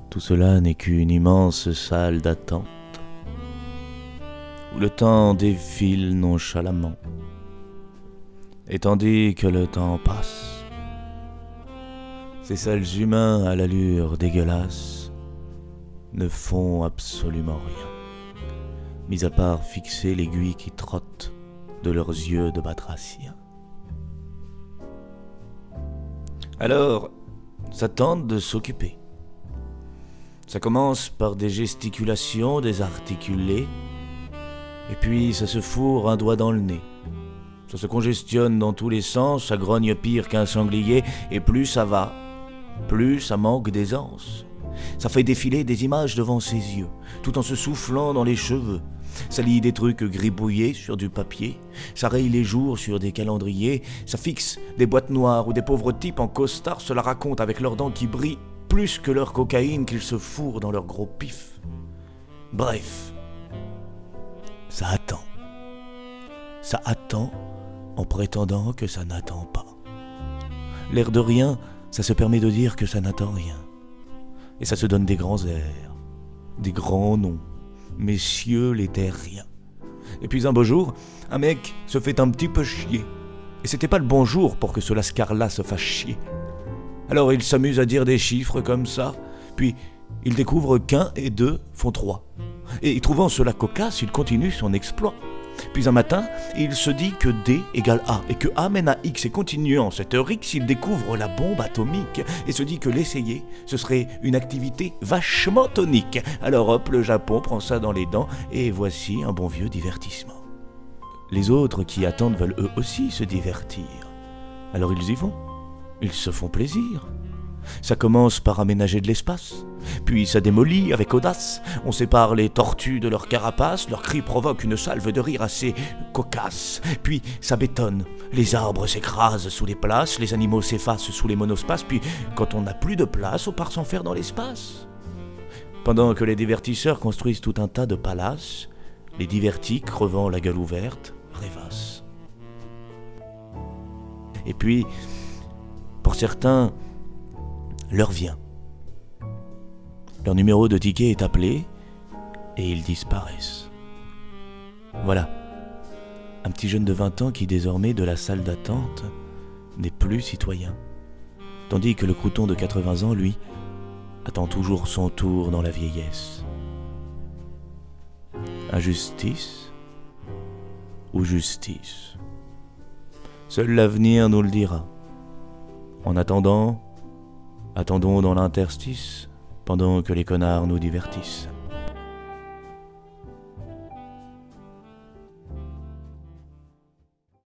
Tout cela n'est qu'une immense salle d'attente, où le temps défile nonchalamment. Et tandis que le temps passe, ces sales humains à l'allure dégueulasse ne font absolument rien, mis à part fixer l'aiguille qui trotte de leurs yeux de batraciens. Alors, ça tente de s'occuper. Ça commence par des gesticulations désarticulées, et puis ça se fourre un doigt dans le nez. Ça se congestionne dans tous les sens, ça grogne pire qu'un sanglier, et plus ça va, plus ça manque d'aisance. Ça fait défiler des images devant ses yeux, tout en se soufflant dans les cheveux. Ça lit des trucs gribouillés sur du papier, ça raye les jours sur des calendriers, ça fixe des boîtes noires où des pauvres types en costard se la racontent avec leurs dents qui brillent plus que leur cocaïne qu'ils se fourrent dans leur gros pif. Bref, ça attend. Ça attend en prétendant que ça n'attend pas. L'air de rien, ça se permet de dire que ça n'attend rien. Et ça se donne des grands airs, des grands noms. Messieurs les terriens. Et puis un beau jour, un mec se fait un petit peu chier. Et c'était pas le bon jour pour que ce lascar-là se fasse chier. Alors il s'amuse à dire des chiffres comme ça, puis il découvre qu'1 et 2 font 3. Et trouvant cela cocasse, il continue son exploit. Puis un matin, il se dit que D égale A, et que A mène à X, et continuant cette heure X, il découvre la bombe atomique, et se dit que l'essayer, ce serait une activité vachement tonique. Alors hop, le Japon prend ça dans les dents, et voici un bon vieux divertissement. Les autres qui attendent veulent eux aussi se divertir. Alors ils y vont, ils se font plaisir. Ça commence par aménager de l'espace, puis ça démolit avec audace. On sépare les tortues de leurs carapaces, leurs cris provoquent une salve de rire assez cocasse. Puis ça bétonne, les arbres s'écrasent sous les places, les animaux s'effacent sous les monospaces, puis quand on n'a plus de place, on part s'en faire dans l'espace. Pendant que les divertisseurs construisent tout un tas de palaces, les divertis, crevant la gueule ouverte, rêvassent. Et puis, pour certains, l'heure vient. Leur numéro de ticket est appelé et ils disparaissent. Voilà, un petit jeune de 20 ans qui désormais de la salle d'attente n'est plus citoyen. Tandis que le crouton de 80 ans, lui, attend toujours son tour dans la vieillesse. Injustice ou justice? Seul l'avenir nous le dira. En attendant, attendons dans l'interstice, pendant que les connards nous divertissent.